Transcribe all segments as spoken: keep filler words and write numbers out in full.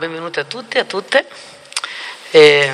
Benvenuti a tutti e a tutte. E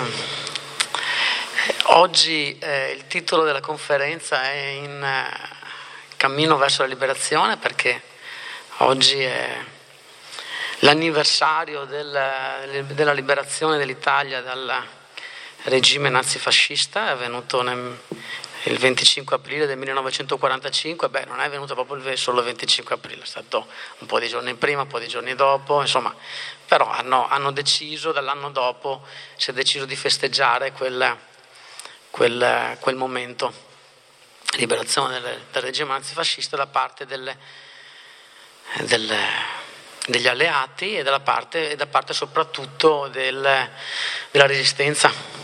oggi eh, il titolo della conferenza è in eh, cammino verso la liberazione, perché oggi è l'anniversario del, della liberazione dell'Italia dal regime nazifascista. È avvenuto nel, il venticinque aprile del millenovecentoquarantacinque. Beh, non è venuto proprio il, solo il venticinque aprile, è stato un po' di giorni prima, un po' di giorni dopo, insomma, però hanno, hanno deciso, dall'anno dopo si è deciso di festeggiare quel, quel, quel momento, liberazione del, del regime nazifascista da parte delle, delle, degli alleati e, dalla parte, e da parte soprattutto del, della resistenza.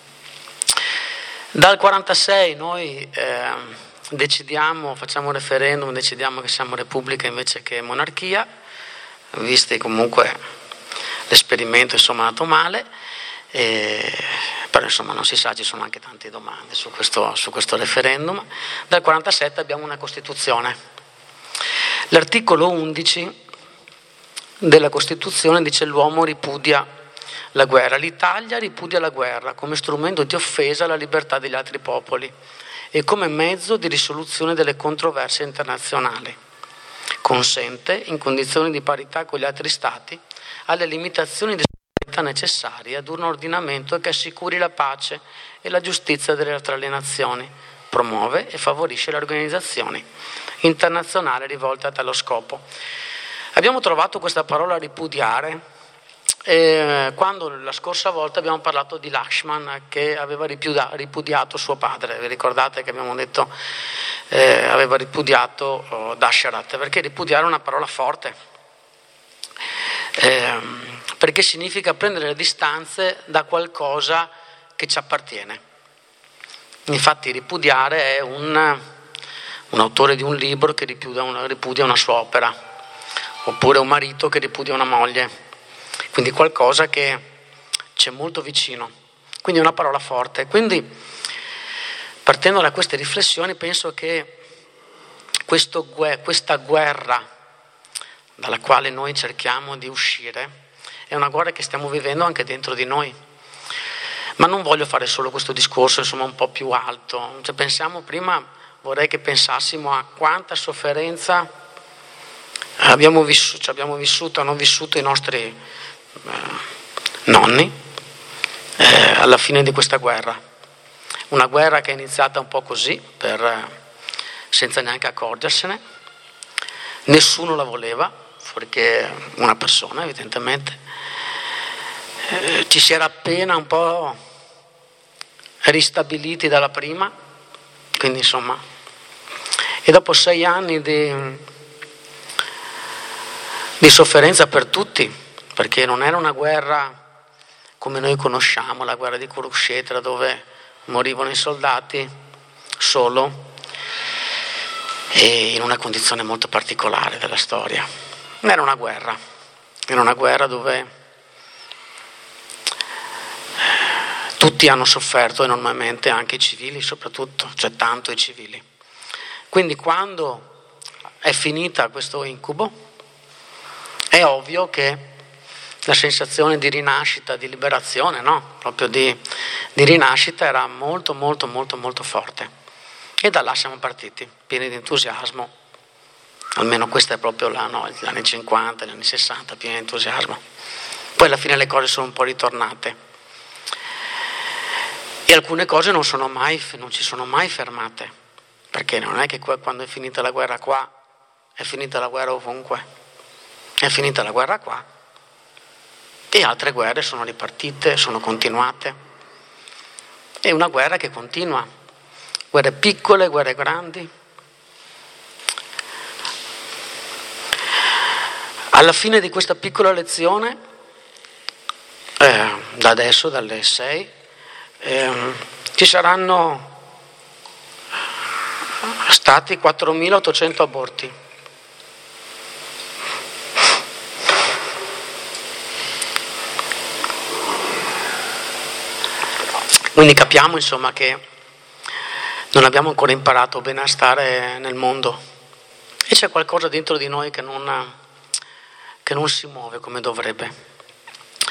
Dal quarantasei noi eh, decidiamo, facciamo un referendum, decidiamo che siamo repubblica invece che monarchia, visti comunque l'esperimento insomma è andato male, e, però insomma non si sa, ci sono anche tante domande su questo, su questo referendum. Dal quarantasette abbiamo una Costituzione. L'articolo undici della Costituzione dice: l'uomo ripudia la guerra, l'Italia ripudia la guerra come strumento di offesa alla libertà degli altri popoli e come mezzo di risoluzione delle controversie internazionali. Consente, in condizioni di parità con gli altri Stati, alle limitazioni di sovranità necessarie ad un ordinamento che assicuri la pace e la giustizia delle tra le nazioni, promuove e favorisce le organizzazioni internazionali rivolte a tale scopo. Abbiamo trovato questa parola ripudiare eh, quando la scorsa volta abbiamo parlato di Lakshman, che aveva ripudia- ripudiato suo padre. Vi ricordate che abbiamo detto eh, aveva ripudiato oh, Dasharat, perché ripudiare è una parola forte, eh, perché significa prendere le distanze da qualcosa che ci appartiene. Infatti ripudiare è un, un autore di un libro che ripudia una, ripudia una sua opera, oppure un marito che ripudia una moglie, quindi qualcosa che c'è molto vicino, quindi è una parola forte. Quindi, partendo da queste riflessioni, penso che questo, questa guerra dalla quale noi cerchiamo di uscire è una guerra che stiamo vivendo anche dentro di noi. Ma non voglio fare solo questo discorso insomma un po' più alto, cioè, pensiamo prima, vorrei che pensassimo a quanta sofferenza abbiamo vissuto, cioè abbiamo vissuto, hanno vissuto i nostri eh, nonni eh, alla fine di questa guerra. Una guerra che è iniziata un po' così, per, senza neanche accorgersene, nessuno la voleva, perché una persona evidentemente, eh, ci si era appena un po' ristabiliti dalla prima, quindi insomma, e dopo sei anni di, di sofferenza per tutti, perché non era una guerra come noi conosciamo, la guerra di Kurukshetra, dove morivano i soldati solo e in una condizione molto particolare della storia. Non era una guerra, era una guerra dove tutti hanno sofferto enormemente, anche i civili soprattutto, cioè tanto i civili. Quindi quando è finita questo incubo, è ovvio che la sensazione di rinascita, di liberazione, no? Proprio di, di rinascita era molto, molto, molto, molto forte. E da là siamo partiti, pieni di entusiasmo. Almeno questa è proprio la, no, gli anni cinquanta, gli anni sessanta, pieni di entusiasmo. Poi alla fine le cose sono un po' ritornate. E alcune cose non, sono mai, non ci sono mai fermate. Perché non è che quando è finita la guerra qua, è finita la guerra ovunque. È finita la guerra qua. E altre guerre sono ripartite, sono continuate. È una guerra che continua. Guerre piccole, guerre grandi. Alla fine di questa piccola lezione, eh, da adesso, dalle sei, eh, ci saranno stati quattromilaottocento aborti. Quindi capiamo insomma che non abbiamo ancora imparato bene a stare nel mondo e c'è qualcosa dentro di noi che non, che non si muove come dovrebbe.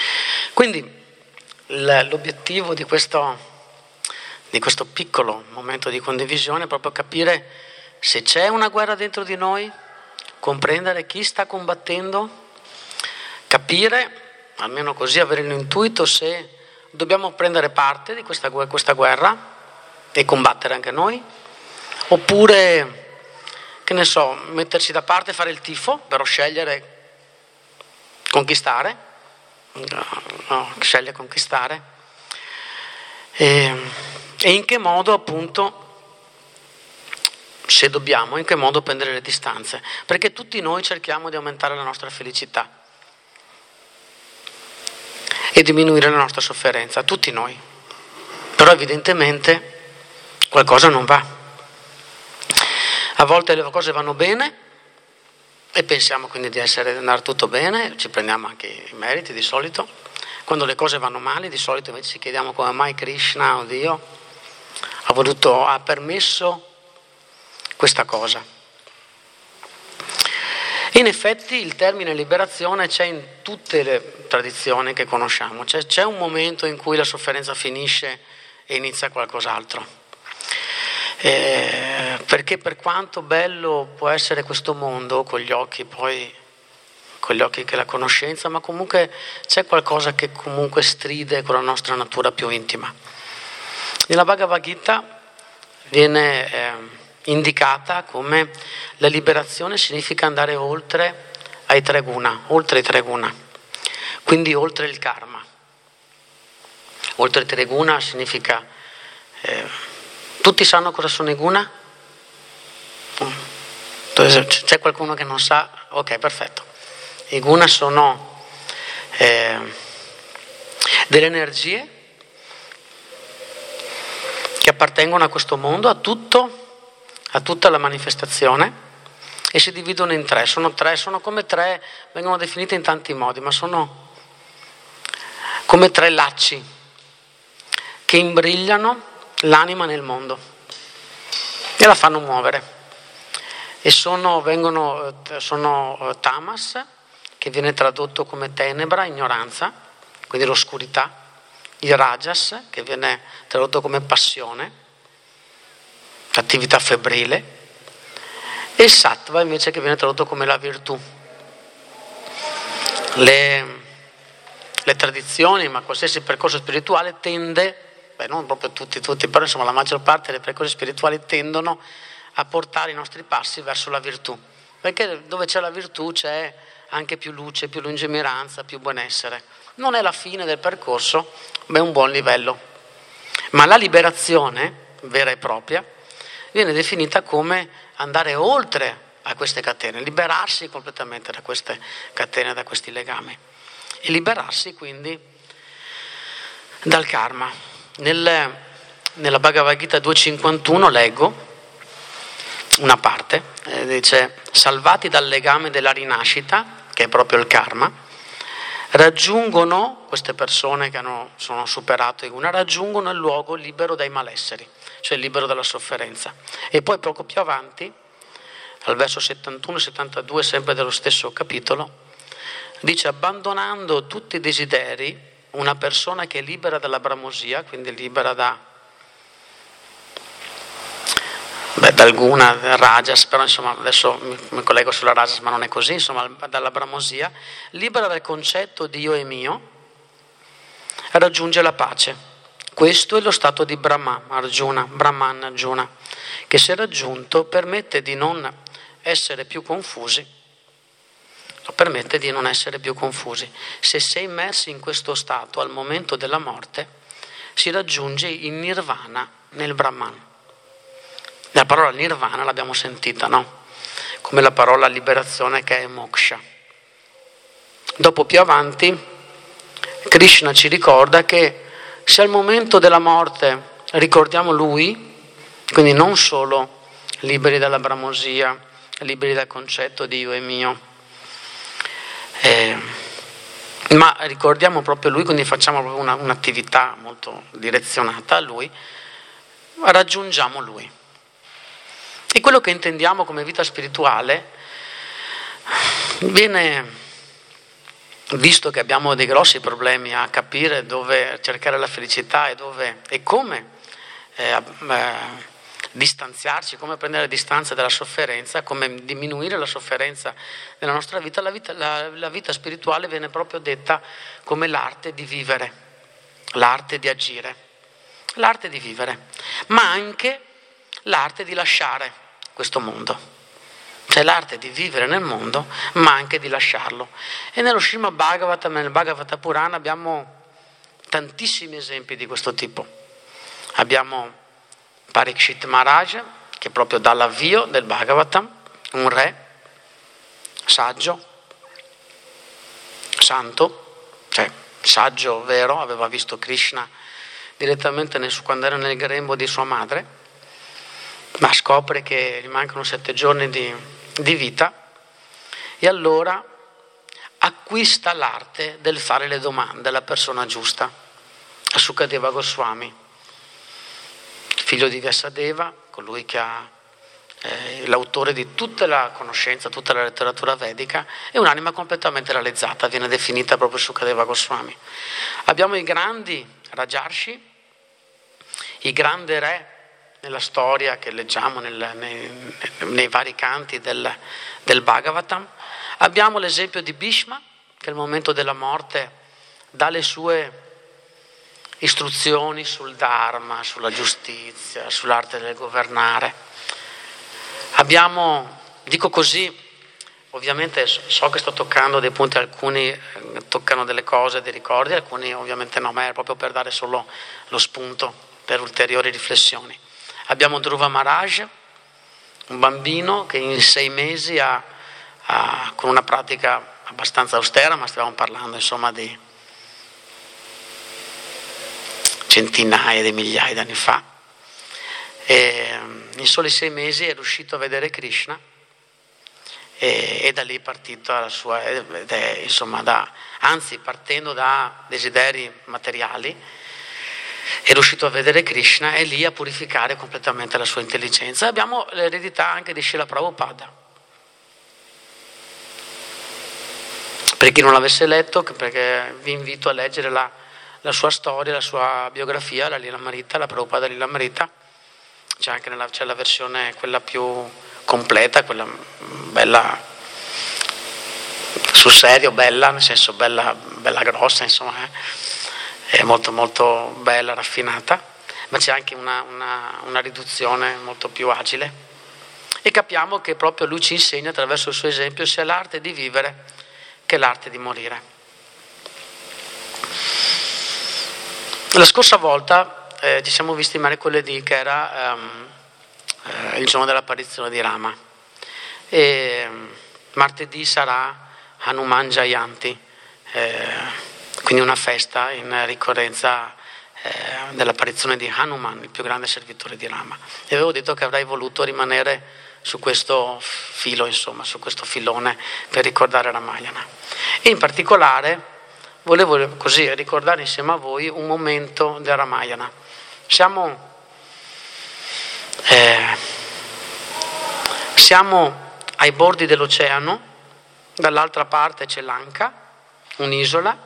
Quindi l'obiettivo di questo, di questo piccolo momento di condivisione è proprio capire se c'è una guerra dentro di noi, comprendere chi sta combattendo, capire, almeno così avere l'intuito se dobbiamo prendere parte di questa, questa guerra e combattere anche noi, oppure, che ne so, metterci da parte e fare il tifo, però scegliere conquistare, no, sceglie conquistare, e, e in che modo appunto, se dobbiamo, in che modo prendere le distanze, perché tutti noi cerchiamo di aumentare la nostra felicità e diminuire la nostra sofferenza, tutti noi, però evidentemente qualcosa non va. A volte le cose vanno bene e pensiamo quindi di essere, di andare tutto bene, ci prendiamo anche i meriti di solito. Quando le cose vanno male, di solito invece ci chiediamo come mai Krishna o Dio ha voluto, ha permesso questa cosa. In effetti il termine liberazione c'è in tutte le tradizioni che conosciamo, c'è, c'è un momento in cui la sofferenza finisce e inizia qualcos'altro. Eh, perché per quanto bello può essere questo mondo con gli occhi poi con gli occhi che la conoscenza, ma comunque c'è qualcosa che comunque stride con la nostra natura più intima. Nella Bhagavad Gita viene eh, indicata come la liberazione significa andare oltre ai tre guna, oltre i tre guna, quindi oltre il karma. Oltre i tre guna significa eh, tutti sanno cosa sono i guna? C'è qualcuno che non sa? Ok, perfetto. I guna sono eh, delle energie che appartengono a questo mondo, a tutto, a tutta la manifestazione, e si dividono in tre. Sono tre, sono come tre, vengono definite in tanti modi, ma sono come tre lacci che imbrigliano l'anima nel mondo e la fanno muovere, e sono, vengono, sono tamas, che viene tradotto come tenebra, ignoranza, quindi l'oscurità, il rajas, che viene tradotto come passione, attività febbrile, e il sattva invece, che viene tradotto come la virtù. Le, le tradizioni, ma qualsiasi percorso spirituale tende, beh, non proprio tutti, tutti, però insomma la maggior parte dei percorsi spirituali tendono a portare i nostri passi verso la virtù, perché dove c'è la virtù c'è anche più luce, più lungimiranza, più benessere. Non è la fine del percorso, ma è un buon livello. Ma la liberazione vera e propria viene definita come andare oltre a queste catene, liberarsi completamente da queste catene, da questi legami, e liberarsi quindi dal karma. Nel, nella Bhagavad Gita due cinquantuno leggo una parte, eh, dice: salvati dal legame della rinascita, che è proprio il karma, raggiungono, queste persone che hanno, sono superato i guna, raggiungono il luogo libero dai malesseri, cioè libero dalla sofferenza. E poi poco più avanti, al verso settantuno settantadue, sempre dello stesso capitolo, dice: abbandonando tutti i desideri, una persona che è libera dalla bramosia, quindi libera da, beh, dal guna, dal rajas, però insomma adesso mi, mi collego sulla rajas, ma non è così, insomma dalla bramosia, libera dal concetto di io e mio, raggiunge la pace. Questo è lo stato di Brahma, Arjuna, Brahman Arjuna, che se raggiunto permette di non essere più confusi, lo permette di non essere più confusi. Se si è immersi in questo stato al momento della morte, si raggiunge il nirvana nel Brahman. La parola nirvana l'abbiamo sentita, no? Come la parola liberazione, che è moksha. Dopo, più avanti, Krishna ci ricorda che se al momento della morte ricordiamo Lui, quindi non solo liberi dalla bramosia, liberi dal concetto di io e mio, Eh, ma ricordiamo proprio Lui, quindi facciamo proprio una, un'attività molto direzionata a Lui, raggiungiamo Lui. E quello che intendiamo come vita spirituale viene visto che abbiamo dei grossi problemi a capire dove cercare la felicità e dove e come eh, eh, distanziarci, come prendere distanza dalla sofferenza, come diminuire la sofferenza nella nostra vita, la vita, la, la vita spirituale viene proprio detta come l'arte di vivere, l'arte di agire, l'arte di vivere, ma anche l'arte di lasciare questo mondo. C'è l'arte di vivere nel mondo, ma anche di lasciarlo. E nello Srimad Bhagavatam, nel Bhagavata Purana, abbiamo tantissimi esempi di questo tipo. Abbiamo Parikshit Maharaj, che proprio dà l'avvio del Bhagavatam, un re saggio, santo, cioè saggio vero, aveva visto Krishna direttamente nel, quando era nel grembo di sua madre, ma scopre che gli mancano sette giorni di, di vita e allora acquista l'arte del fare le domande alla persona giusta, a Sukadeva Goswami, figlio di Vyasadeva, colui che ha eh, l'autore di tutta la conoscenza, tutta la letteratura vedica, è un'anima completamente realizzata, viene definita proprio Sukadeva Goswami. Abbiamo i grandi Rajarshi, i grandi re nella storia che leggiamo nel, nei, nei vari canti del, del Bhagavatam. Abbiamo l'esempio di Bhishma, che al momento della morte dà le sue istruzioni sul Dharma, sulla giustizia, sull'arte del governare. Abbiamo, dico così, ovviamente so che sto toccando dei punti, alcuni toccano delle cose, dei ricordi, alcuni ovviamente no, ma è proprio per dare solo lo spunto per ulteriori riflessioni. Abbiamo Dhruva Maharaj, un bambino che in sei mesi ha, ha, con una pratica abbastanza austera, ma stiamo parlando insomma di centinaia di migliaia di anni fa, e in soli sei mesi è riuscito a vedere Krishna e, e da lì è partita la sua, ed è, insomma, da, anzi partendo da desideri materiali, è riuscito a vedere Krishna e lì a purificare completamente la sua intelligenza. Abbiamo l'eredità anche di Srila Prabhupada. Per chi non l'avesse letto, perché vi invito a leggere la, la sua storia, la sua biografia, la Lilamrita, la Prabhupada Lilamrita. C'è anche nella, c'è la versione quella più completa, quella bella, sul serio, bella, nel senso bella, bella grossa, insomma, eh. È molto molto bella, raffinata, ma c'è anche una, una, una riduzione molto più agile e capiamo che proprio lui ci insegna attraverso il suo esempio sia l'arte di vivere che l'arte di morire. La scorsa volta eh, ci siamo visti mercoledì, che era um, eh, il giorno dell'apparizione di Rama, e um, martedì sarà Hanuman Jayanti, eh, quindi una festa in ricorrenza eh, dell'apparizione di Hanuman, il più grande servitore di Rama. E avevo detto che avrei voluto rimanere su questo filo, insomma, su questo filone per ricordare Ramayana. E in particolare volevo così ricordare insieme a voi un momento del Ramayana. Siamo, eh, siamo ai bordi dell'oceano, dall'altra parte c'è Lanka, un'isola,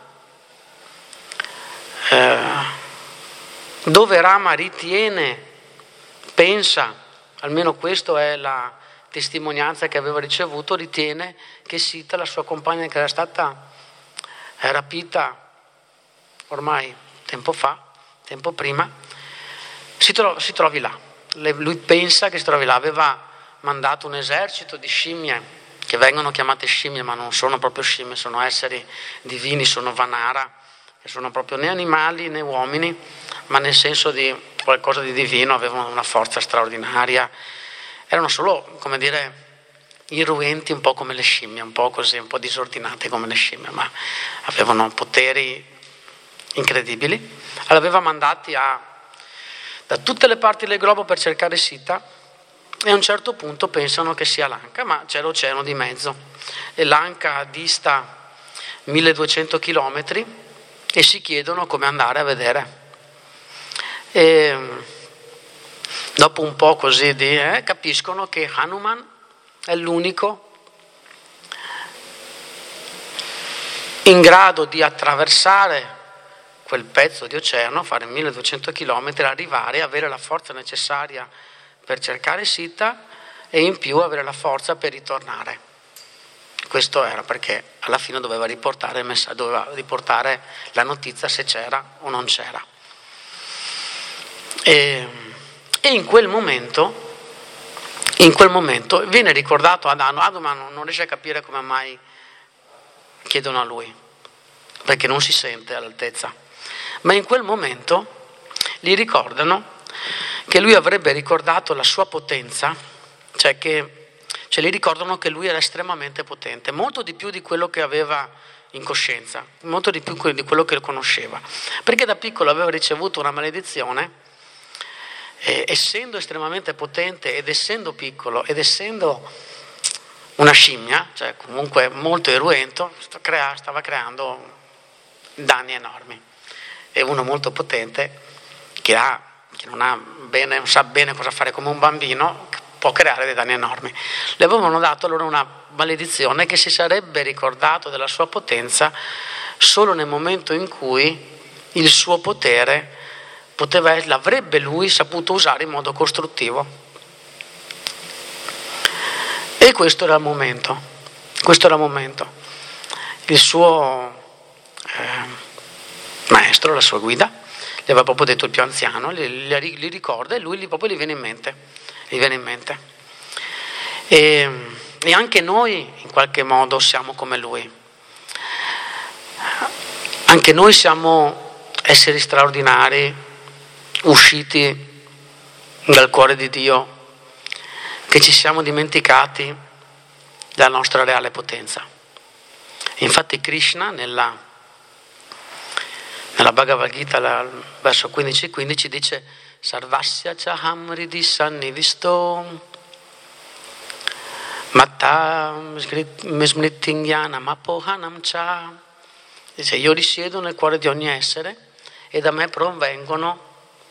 Eh, dove Rama ritiene, pensa, almeno questa è la testimonianza che aveva ricevuto, ritiene che Sita, la sua compagna che era stata rapita ormai tempo fa, tempo prima, si, tro- si trovi là. Le- lui pensa che si trovi là, aveva mandato un esercito di scimmie che vengono chiamate scimmie, ma non sono proprio scimmie, sono esseri divini, sono Vanara, che sono proprio né animali né uomini, ma nel senso di qualcosa di divino, avevano una forza straordinaria, erano solo, come dire, irruenti un po' come le scimmie, un po' così, un po' disordinate come le scimmie, ma avevano poteri incredibili. Allora aveva mandati a, da tutte le parti del globo per cercare Sita, e a un certo punto pensano che sia Lanka, ma c'è l'oceano di mezzo, e Lanka dista milleduecento chilometri, e si chiedono come andare a vedere. E dopo un po' così di, eh, capiscono che Hanuman è l'unico in grado di attraversare quel pezzo di oceano, fare milleduecento chilometri, arrivare, avere la forza necessaria per cercare Sita e in più avere la forza per ritornare. Questo era perché alla fine doveva riportare, il messaggio, doveva riportare la notizia se c'era o non c'era. E, e in quel momento, in quel momento viene ricordato ad Hanuman. Hanuman non riesce a capire come mai chiedono a lui, perché non si sente all'altezza. Ma in quel momento gli ricordano che lui avrebbe ricordato la sua potenza, cioè che cioè gli ricordano che lui era estremamente potente, molto di più di quello che aveva in coscienza, molto di più di quello che conosceva, perché da piccolo aveva ricevuto una maledizione, eh, essendo estremamente potente ed essendo piccolo ed essendo una scimmia, cioè comunque molto irruento, stava creando danni enormi. E uno molto potente che, ha, che non, ha bene, non sa bene cosa fare come un bambino può creare dei danni enormi. Le avevano dato allora una maledizione che si sarebbe ricordato della sua potenza solo nel momento in cui il suo potere poteva, l'avrebbe lui saputo usare in modo costruttivo. E questo era il momento, questo era il momento. Il suo eh, maestro, la sua guida, gli aveva proprio detto, il più anziano, li, li, li ricorda e lui gli, proprio gli viene in mente, gli viene in mente. E, e anche noi in qualche modo siamo come lui. Anche noi siamo esseri straordinari, usciti dal cuore di Dio, che ci siamo dimenticati della nostra reale potenza. Infatti Krishna nella, nella Bhagavad Gita, la, verso quindici quindici, dice Sarvasya chaham hridi sannivisto matta smrittingyanam apohanam cha. Dice, io risiedo nel cuore di ogni essere e da me provengono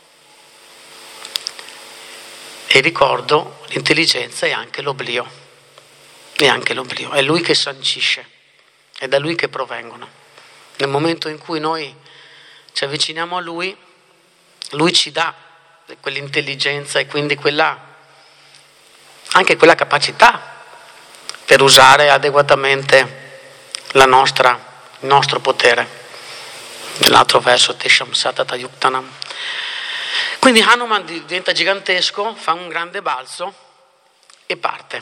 e ricordo l'intelligenza e anche l'oblio. E anche l'oblio. È lui che sancisce, è da lui che provengono. Nel momento in cui noi ci avviciniamo a lui, lui ci dà quell'intelligenza e quindi quella, anche quella capacità per usare adeguatamente la nostra, il nostro potere. Nell'altro verso, Tesham Satata Yuktanam. Quindi Hanuman diventa gigantesco, fa un grande balzo e parte.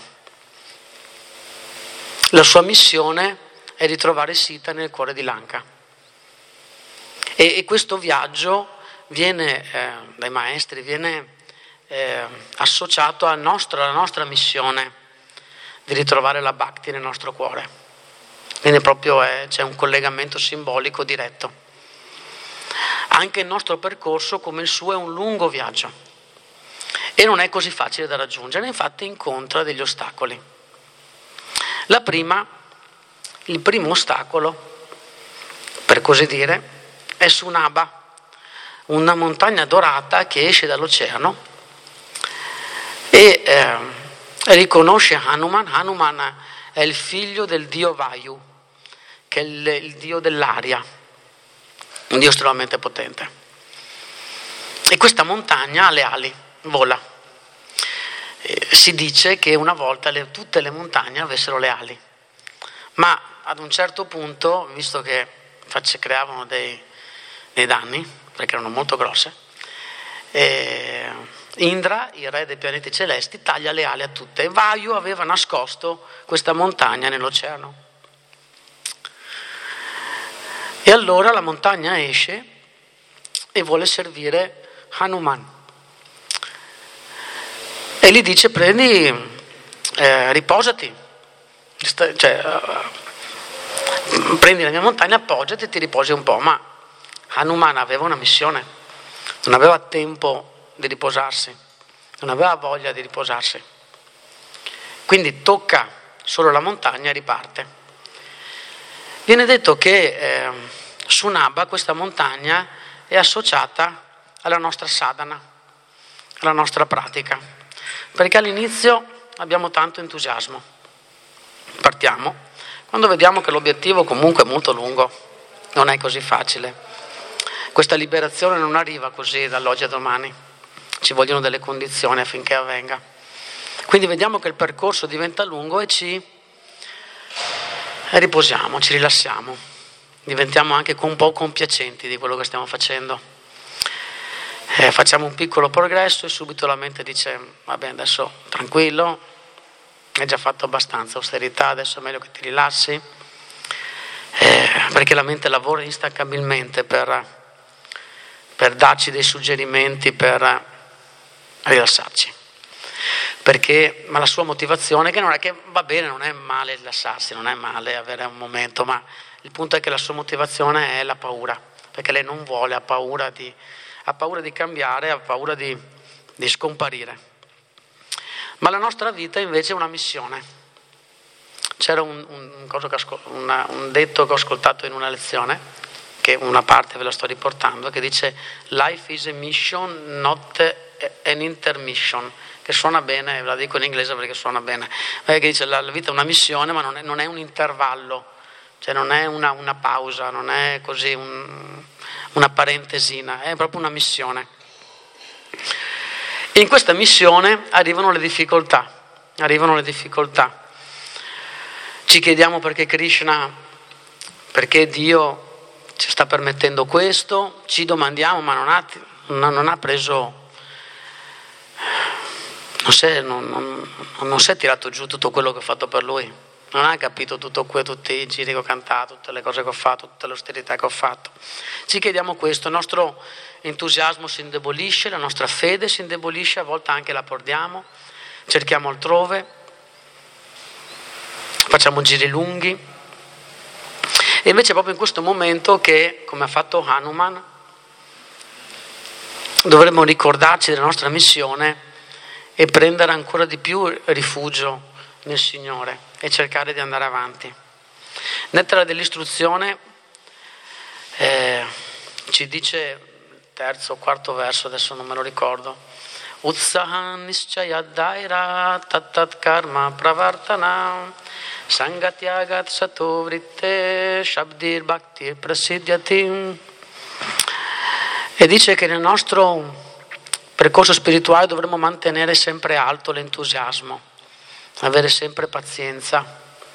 La sua missione è ritrovare Sita nel cuore di Lanka. E, e questo viaggio viene, eh, dai maestri, viene eh, associato al nostro, alla nostra missione di ritrovare la Bhakti nel nostro cuore. Quindi proprio è, c'è un collegamento simbolico diretto. Anche il nostro percorso, come il suo, è un lungo viaggio e non è così facile da raggiungere, infatti incontra degli ostacoli. La prima, il primo ostacolo, per così dire, è Sunaba, una montagna dorata che esce dall'oceano e eh, riconosce Hanuman. Hanuman è il figlio del dio Vayu, che è il, il dio dell'aria, un dio estremamente potente. E questa montagna ha le ali, vola. Eh, si dice che una volta le, tutte le montagne avessero le ali, ma ad un certo punto, visto che face, creavano dei, dei danni, perché erano molto grosse, eh, Indra, il re dei pianeti celesti, taglia le ali a tutte e Vayu aveva nascosto questa montagna nell'oceano. E allora la montagna esce e vuole servire Hanuman. E gli dice, prendi, eh, riposati, cioè, uh, prendi la mia montagna, appoggiati e ti riposi un po'. Ma Hanuman aveva una missione, non aveva tempo di riposarsi, non aveva voglia di riposarsi. Quindi tocca solo la montagna e riparte. Viene detto che eh, Sunaba, questa montagna, è associata alla nostra sadhana, alla nostra pratica, perché all'inizio abbiamo tanto entusiasmo, partiamo, quando vediamo che l'obiettivo comunque è molto lungo, non è così facile. Questa liberazione non arriva così dall'oggi a domani, ci vogliono delle condizioni affinché avvenga. Quindi vediamo che il percorso diventa lungo e ci riposiamo, ci rilassiamo, diventiamo anche un po' compiacenti di quello che stiamo facendo. Eh, facciamo un piccolo progresso e subito la mente dice: vabbè, adesso tranquillo, hai già fatto abbastanza austerità, adesso è meglio che ti rilassi, eh, perché la mente lavora instancabilmente per, per darci dei suggerimenti per rilassarci. Perché, ma la sua motivazione, che non è che va bene, non è male rilassarsi, non è male avere un momento, ma il punto è che la sua motivazione è la paura, perché lei non vuole, ha paura di, ha paura di cambiare, ha paura di, di scomparire. Ma la nostra vita invece è una missione. C'era un, un, cosa che ascol- una, un detto che ho ascoltato in una lezione, che una parte ve la sto riportando, che dice: life is a mission, not an intermission, che suona bene, ve la dico in inglese perché suona bene, che dice la, la vita è una missione, ma non è, non è un intervallo, cioè non è una, una pausa, non è così un, una parentesina, è proprio una missione. E in questa missione arrivano le difficoltà, arrivano le difficoltà. Ci chiediamo perché Krishna, perché Dio ci sta permettendo questo, ci domandiamo, ma non ha, non ha preso... Non si, è, non, non, non si è tirato giù tutto quello che ho fatto per lui, non ha capito tutto que, tutti i giri che ho cantato, tutte le cose che ho fatto, tutte le austerità che ho fatto. Ci chiediamo questo, il nostro entusiasmo si indebolisce, la nostra fede si indebolisce, a volte anche la perdiamo, cerchiamo altrove, facciamo giri lunghi. E invece è proprio in questo momento che, come ha fatto Hanuman, dovremmo ricordarci della nostra missione e prendere ancora di più rifugio nel Signore e cercare di andare avanti. Nel terra dell'istruzione eh, ci dice il terzo o quarto verso, adesso non me lo ricordo: Utsahan nischayadaira tattat karma pravartana sangatyagat sato vritte shabdir bhaktir prasidyati. E dice che nel nostro percorso spirituale dovremmo mantenere sempre alto l'entusiasmo, avere sempre pazienza,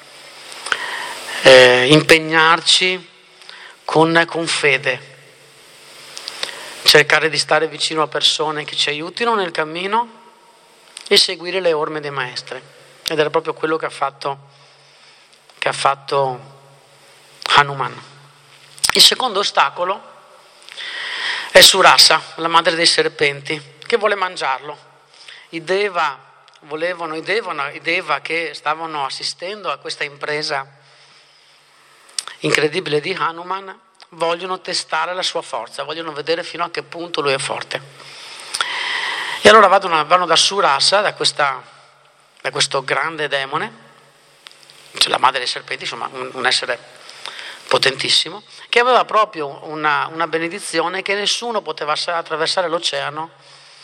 eh, impegnarci con, con fede, cercare di stare vicino a persone che ci aiutino nel cammino e seguire le orme dei maestri. Ed era proprio quello che ha fatto, che ha fatto Hanuman. Il secondo ostacolo è Surasa, la madre dei serpenti, che vuole mangiarlo. I Deva volevano, i Deva, i Deva che stavano assistendo a questa impresa incredibile di Hanuman, vogliono testare la sua forza, vogliono vedere fino a che punto lui è forte. E allora vanno, vanno da Surasa, da, questa, da questo grande demone, cioè la madre dei serpenti, insomma un, un essere potentissimo, che aveva proprio una, una benedizione che nessuno poteva attraversare l'oceano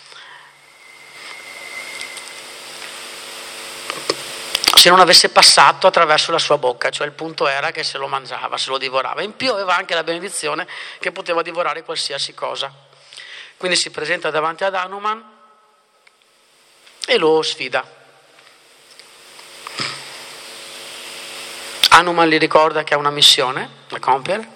se non avesse passato attraverso la sua bocca, cioè il punto era che se lo mangiava, se lo divorava. In più aveva anche la benedizione che poteva divorare qualsiasi cosa. Quindi si presenta davanti ad Hanuman e lo sfida. Hanuman gli ricorda che ha una missione da compiere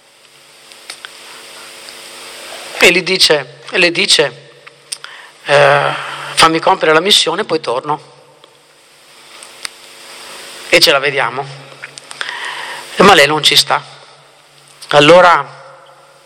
e gli dice, e le dice eh, fammi compiere la missione, poi torno e ce la vediamo. Ma lei non ci sta. Allora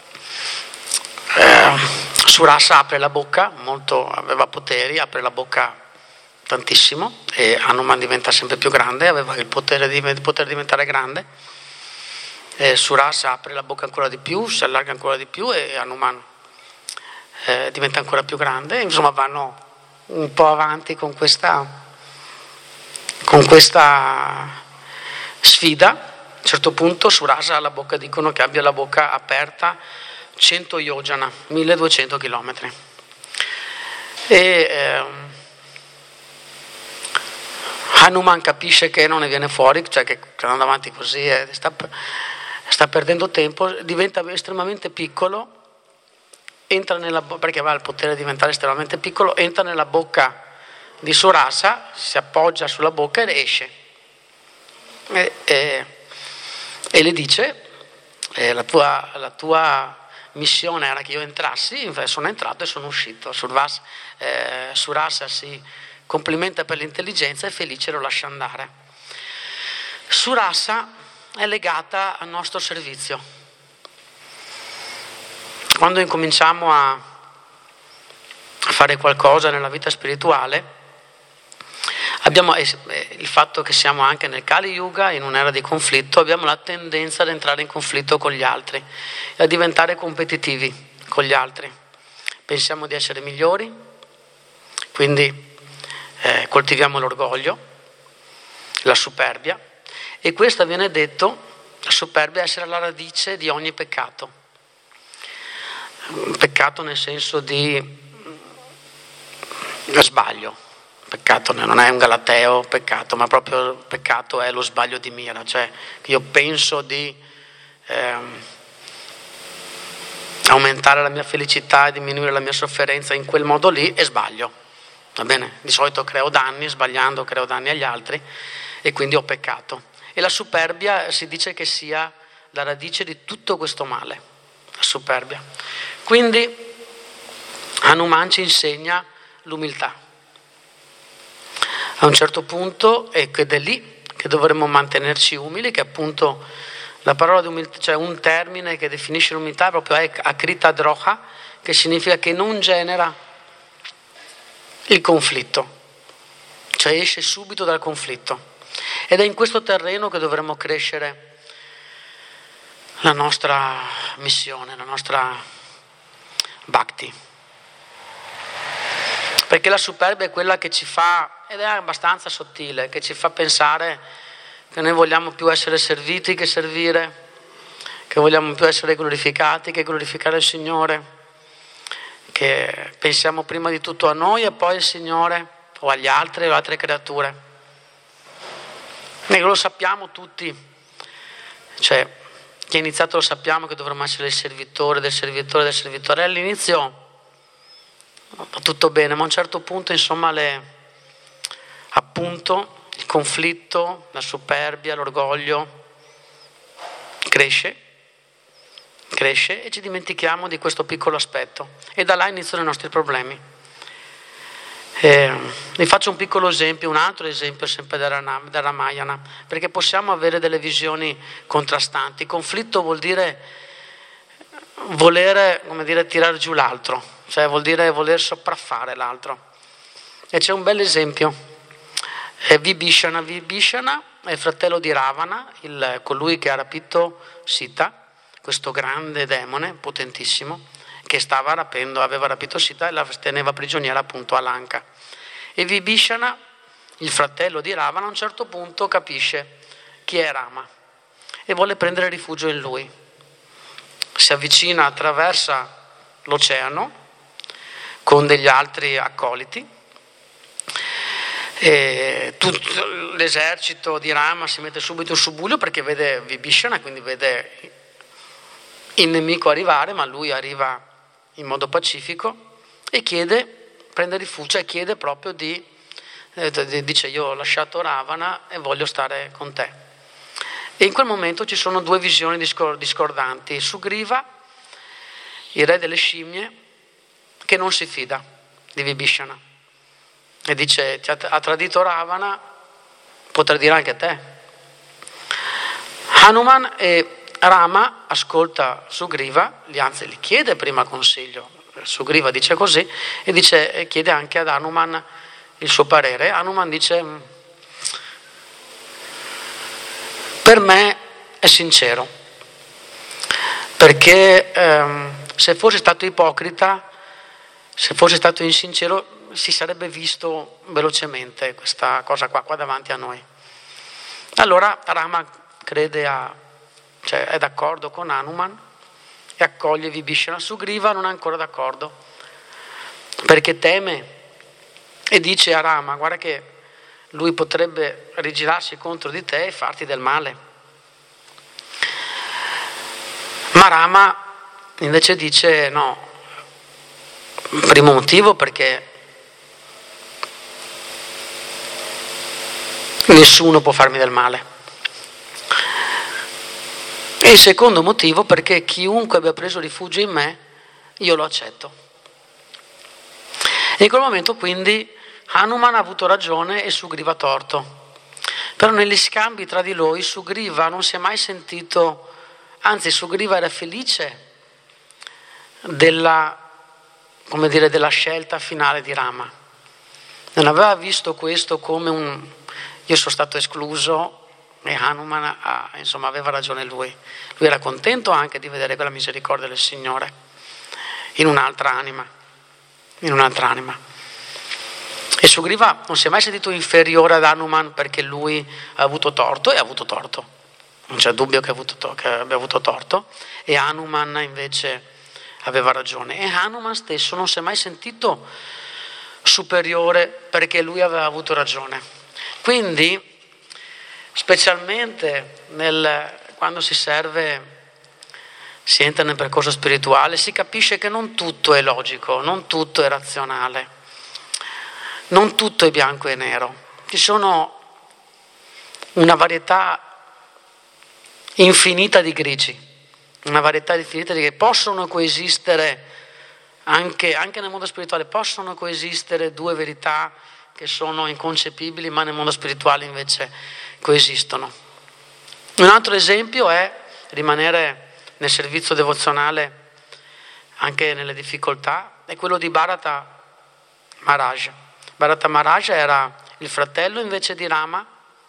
eh, Surasa apre la bocca, molto, aveva poteri, apre la bocca tantissimo e Hanuman diventa sempre più grande, aveva il potere di poter diventare grande. E Surasa apre la bocca ancora di più, si allarga ancora di più e Hanuman eh, diventa ancora più grande. Insomma vanno un po' avanti con questa con questa sfida. A un certo punto Surasa ha la bocca, dicono che abbia la bocca aperta cento yojana, milleduecento chilometri. E eh, Hanuman capisce che non ne viene fuori, cioè che andando avanti così e sta, sta perdendo tempo, diventa estremamente piccolo, entra nella bo- perché va al potere di diventare estremamente piccolo, entra nella bocca di Surasa, si appoggia sulla bocca ed esce. E, e, e le dice, eh, la, tua, la tua missione era che io entrassi, sono entrato e sono uscito. Survas, eh, Surasa si complimenta per l'intelligenza e felice lo lascia andare. Surasa è legata al nostro servizio. Quando incominciamo a fare qualcosa nella vita spirituale, abbiamo il fatto che siamo anche nel Kali Yuga, in un'era di conflitto, abbiamo la tendenza ad entrare in conflitto con gli altri e a diventare competitivi con gli altri. Pensiamo di essere migliori, quindi eh, coltiviamo l'orgoglio, la superbia, e questo viene detto, la superbia, essere la radice di ogni peccato. Peccato nel senso di sbaglio. Peccato non è un galateo peccato, ma proprio peccato è lo sbaglio di mira, cioè che io penso di ehm, aumentare la mia felicità e diminuire la mia sofferenza in quel modo lì e sbaglio, va bene? Di solito creo danni, sbagliando creo danni agli altri e quindi ho peccato. E la superbia si dice che sia la radice di tutto questo male, la superbia. Quindi Hanuman ci insegna l'umiltà. A un certo punto, ed è lì che dovremmo mantenerci umili, che appunto la parola di umiltà, cioè un termine che definisce l'umiltà proprio è akrita droha, che significa che non genera il conflitto, cioè esce subito dal conflitto. Ed è in questo terreno che dovremmo crescere la nostra missione, la nostra bhakti. Perché la superbia è quella che ci fa, ed è abbastanza sottile, che ci fa pensare che noi vogliamo più essere serviti che servire, che vogliamo più essere glorificati che glorificare il Signore, che pensiamo prima di tutto a noi e poi al Signore o agli altri o alle altre creature. E lo sappiamo tutti, cioè chi ha iniziato lo sappiamo che dovremmo essere il servitore del servitore del servitore. All'inizio va tutto bene, ma a un certo punto, insomma, le, appunto, il conflitto, la superbia, l'orgoglio cresce, cresce e ci dimentichiamo di questo piccolo aspetto. E da là iniziano i nostri problemi. Eh, vi faccio un piccolo esempio, un altro esempio sempre da Ramayana, perché possiamo avere delle visioni contrastanti. Conflitto vuol dire volere, come dire, tirar giù l'altro. Cioè vuol dire voler sopraffare l'altro. E c'è un bel esempio. È Vibhishana. Vibhishana è il fratello di Ravana, il, colui che ha rapito Sita, questo grande demone potentissimo, che stava rapendo, aveva rapito Sita e la teneva prigioniera appunto a Lanka. E Vibhishana, il fratello di Ravana, a un certo punto capisce chi è Rama e vuole prendere rifugio in lui. Si avvicina, attraversa l'oceano con degli altri accoliti, e tutto l'esercito di Rama si mette subito in subbuglio perché vede Vibhishana, quindi vede il nemico arrivare, ma lui arriva in modo pacifico e chiede, prende rifugio e chiede proprio di, eh, dice io ho lasciato Ravana e voglio stare con te. E in quel momento ci sono due visioni discordanti. Sugriva, il re delle scimmie, che non si fida di Vibhishana e dice ti ha, ha tradito Ravana, potrà dire anche te. Hanuman e Rama ascolta Sugriva, gli anzi gli chiede prima consiglio, Sugriva dice così e dice e chiede anche ad Hanuman il suo parere. Hanuman dice per me è sincero, perché ehm, se fosse stato ipocrita, se fosse stato insincero, si sarebbe visto velocemente questa cosa qua, qua davanti a noi. Allora Rama crede a, cioè è d'accordo con Hanuman e accoglie Vibhishana. Sugriva non è ancora d'accordo, perché teme e dice a Rama, guarda che lui potrebbe rigirarsi contro di te e farti del male. Ma Rama invece dice no, primo motivo perché nessuno può farmi del male. E il secondo motivo perché chiunque abbia preso rifugio in me, io lo accetto. E in quel momento quindi Hanuman ha avuto ragione e Sugriva torto. Però negli scambi tra di loro Sugriva non si è mai sentito, anzi Sugriva era felice della, come dire, della scelta finale di Rama. Non aveva visto questo come un io sono stato escluso e Hanuman ha, insomma, aveva ragione lui. Lui era contento anche di vedere quella misericordia del Signore in un'altra anima, in un'altra anima. E Sugriva non si è mai sentito inferiore ad Hanuman perché lui ha avuto torto, e ha avuto torto. Non c'è dubbio che, ha avuto to- che abbia avuto torto, e Hanuman invece aveva ragione. E Hanuman stesso non si è mai sentito superiore perché lui aveva avuto ragione. Quindi, specialmente nel, quando si serve, si entra nel percorso spirituale, si capisce che non tutto è logico, non tutto è razionale, non tutto è bianco e nero. Ci sono una varietà infinita di grigi, una varietà infinita di grigi. Possono coesistere, anche, anche nel mondo spirituale, possono coesistere due verità che sono inconcepibili, ma nel mondo spirituale invece coesistono. Un altro esempio è rimanere nel servizio devozionale anche nelle difficoltà, è quello di Bharata Maharaj. Bharata Maharaj era il fratello invece di Rama.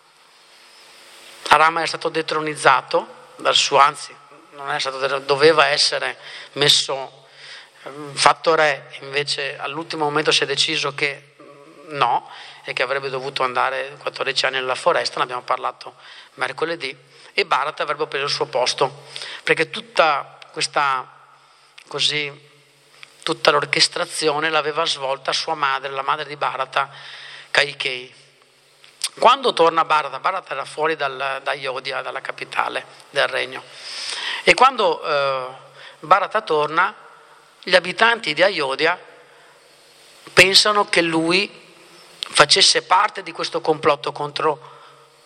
Rama è stato detronizzato dal suo, anzi non è stato, doveva essere messo, fatto re, invece all'ultimo momento si è deciso che no, e che avrebbe dovuto andare quattordici anni nella foresta, ne abbiamo parlato mercoledì, e Bharata avrebbe preso il suo posto, perché tutta questa, così, tutta l'orchestrazione l'aveva svolta sua madre, la madre di Bharata, Kaikeyi. Quando torna Bharata, Bharata era fuori dal, da Ayodhya, dalla capitale del regno, e quando eh, Bharata torna, gli abitanti di Ayodhya pensano che lui facesse parte di questo complotto contro,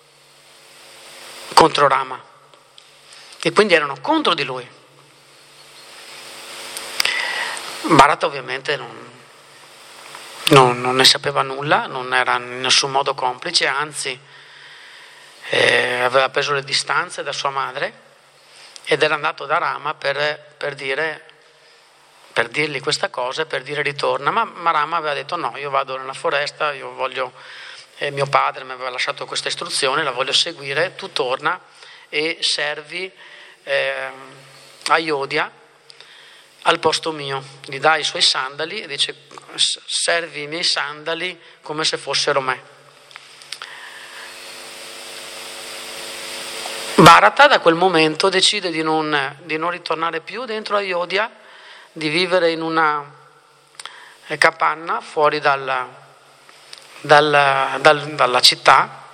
contro Rama, e quindi erano contro di lui. Bharata ovviamente non, non, non ne sapeva nulla, non era in nessun modo complice, anzi eh, aveva preso le distanze da sua madre ed era andato da Rama per, per dire per dirgli questa cosa, per dire ritorna, ma, ma Rama aveva detto no, io vado nella foresta, io voglio, eh, mio padre mi aveva lasciato questa istruzione, la voglio seguire, tu torna e servi eh, Ayodhya al posto mio, gli dai i suoi sandali e dice servi i miei sandali come se fossero me. Bharata da quel momento decide di non, di non ritornare più dentro Ayodhya, di vivere in una capanna fuori dalla, dalla, dal, dalla città,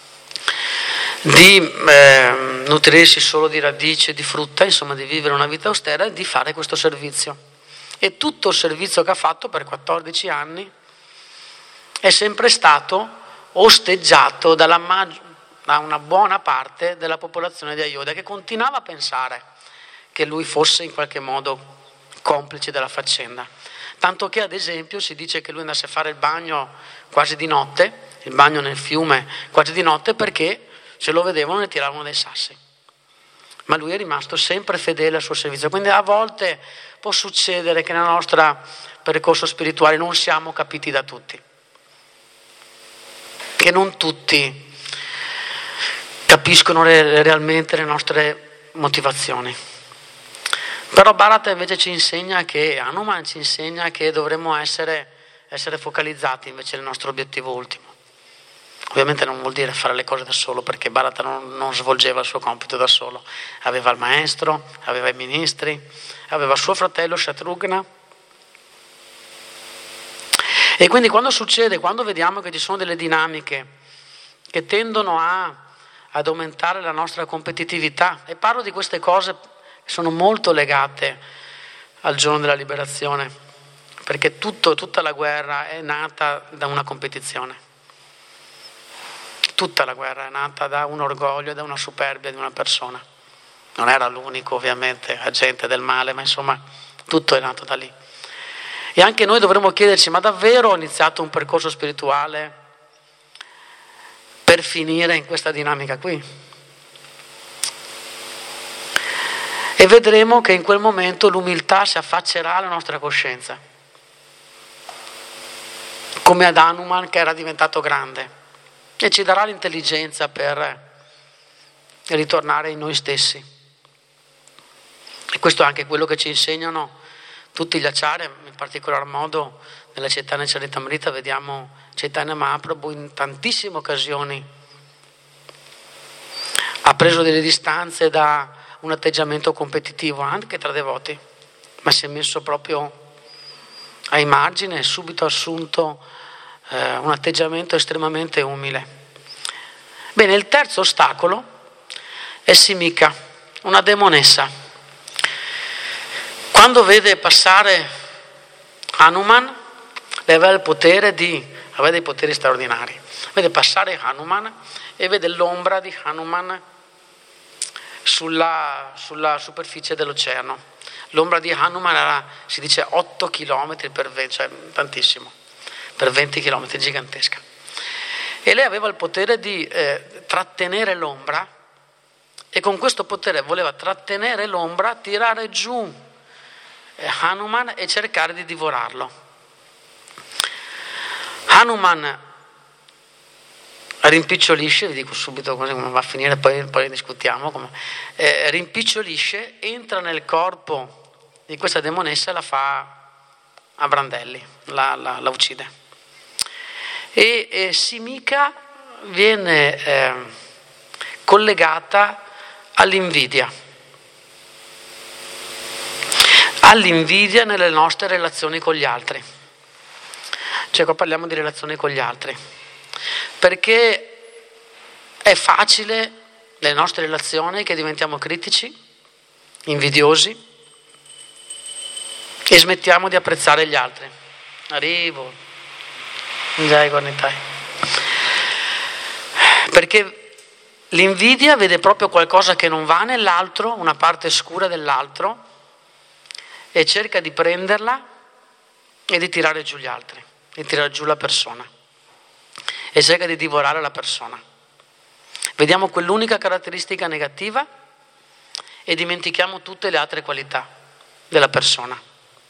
di eh, nutrirsi solo di radici e di frutta, insomma di vivere una vita austera e di fare questo servizio. E tutto il servizio che ha fatto per quattordici anni è sempre stato osteggiato dalla mag- da una buona parte della popolazione di Ayodhya, che continuava a pensare che lui fosse in qualche modo complice della faccenda, tanto che ad esempio si dice che lui andasse a fare il bagno quasi di notte, il bagno nel fiume quasi di notte, perché se lo vedevano ne tiravano dei sassi, ma lui è rimasto sempre fedele al suo servizio. Quindi a volte può succedere che nel nostro percorso spirituale non siamo capiti da tutti, che non tutti capiscono re- realmente le nostre motivazioni. Però Bharata invece ci insegna che, Hanuman ci insegna che dovremmo essere, essere focalizzati invece nel nostro obiettivo ultimo. Ovviamente non vuol dire fare le cose da solo, perché Bharata non, non svolgeva il suo compito da solo. Aveva il maestro, aveva i ministri, aveva suo fratello Shatrugna. E quindi quando succede, quando vediamo che ci sono delle dinamiche che tendono a, ad aumentare la nostra competitività. E parlo di queste cose che sono molto legate al giorno della liberazione, perché tutto, tutta la guerra è nata da una competizione. Tutta la guerra è nata da un orgoglio e da una superbia di una persona. Non era l'unico, ovviamente, agente del male, ma insomma tutto è nato da lì. E anche noi dovremmo chiederci, ma davvero ho iniziato un percorso spirituale per finire in questa dinamica qui? E vedremo che in quel momento l'umiltà si affaccerà alla nostra coscienza, come ad Hanuman che era diventato grande, e ci darà l'intelligenza per ritornare in noi stessi. E questo è anche quello che ci insegnano tutti gli acharya, in particolar modo nella Chaitanya Charitamrita vediamo Chaitanya Mahaprabhu in tantissime occasioni ha preso delle distanze da un atteggiamento competitivo anche tra devoti, ma si è messo proprio ai margini e subito assunto eh, un atteggiamento estremamente umile. Bene, il terzo ostacolo è Simika, una demonessa. Quando vede passare Hanuman, lei aveva il potere di, aveva dei poteri straordinari. Vede passare Hanuman e vede l'ombra di Hanuman sulla, sulla superficie dell'oceano. L'ombra di Hanuman era, si dice, otto chilometri per venti, cioè tantissimo, per venti chilometri, gigantesca. E lei aveva il potere di eh, trattenere l'ombra, e con questo potere voleva trattenere l'ombra, tirare giù eh, Hanuman e cercare di divorarlo. Hanuman rimpicciolisce, vi dico subito come va a finire, poi, poi discutiamo, come, eh, rimpicciolisce, entra nel corpo di questa demonessa e la fa a brandelli, la, la, la uccide. E, e Simika viene eh, collegata all'invidia, all'invidia nelle nostre relazioni con gli altri. Cioè qua parliamo di relazioni con gli altri, perché è facile nelle nostre relazioni che diventiamo critici, invidiosi e smettiamo di apprezzare gli altri. Arrivo, Jai Gornitai. Perché l'invidia vede proprio qualcosa che non va nell'altro, una parte scura dell'altro, e cerca di prenderla e di tirare giù gli altri, di tirare giù la persona, e cerca di divorare la persona. Vediamo quell'unica caratteristica negativa e dimentichiamo tutte le altre qualità della persona.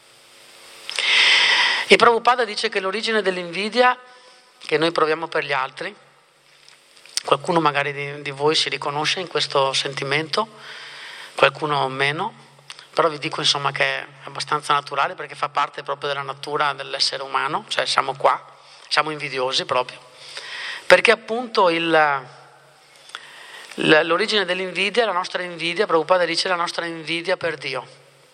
E Prabhupada dice che l'origine dell'invidia che noi proviamo per gli altri, qualcuno magari di, di voi si riconosce in questo sentimento, qualcuno meno, però vi dico insomma che è abbastanza naturale, perché fa parte proprio della natura dell'essere umano, cioè siamo qua, siamo invidiosi proprio, perché appunto il, l'origine dell'invidia, la nostra invidia, Prabhupada dice la nostra invidia per Dio.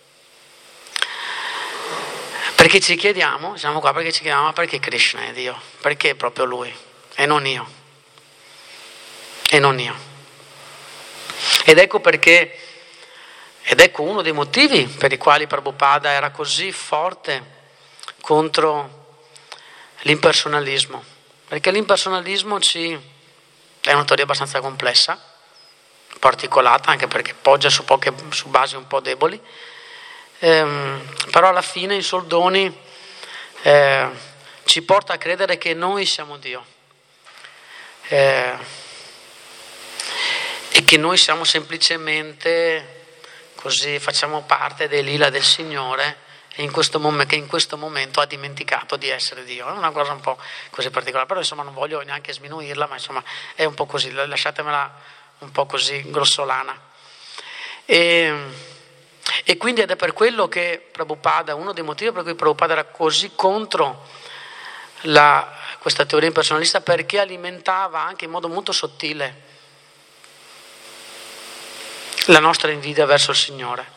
Perché ci chiediamo, siamo qua perché ci chiediamo, ma perché Krishna è Dio? Perché proprio Lui e non io? E non io. Ed ecco perché, ed ecco uno dei motivi per i quali Prabhupada era così forte contro l'impersonalismo. Perché l'impersonalismo ci è una teoria abbastanza complessa, un po' articolata, anche perché poggia su, poche, su basi un po' deboli. Eh, però alla fine in soldoni eh, ci porta a credere che noi siamo Dio eh, e che noi siamo semplicemente così, facciamo parte dei lila del Signore, e in questo momento, che in questo momento ha dimenticato di essere Dio. È una cosa un po' così particolare, però insomma non voglio neanche sminuirla, ma insomma è un po' così, lasciatemela un po' così grossolana. E E quindi ed è per quello che Prabhupada, uno dei motivi per cui Prabhupada era così contro la, questa teoria impersonalista, perché alimentava anche in modo molto sottile la nostra invidia verso il Signore.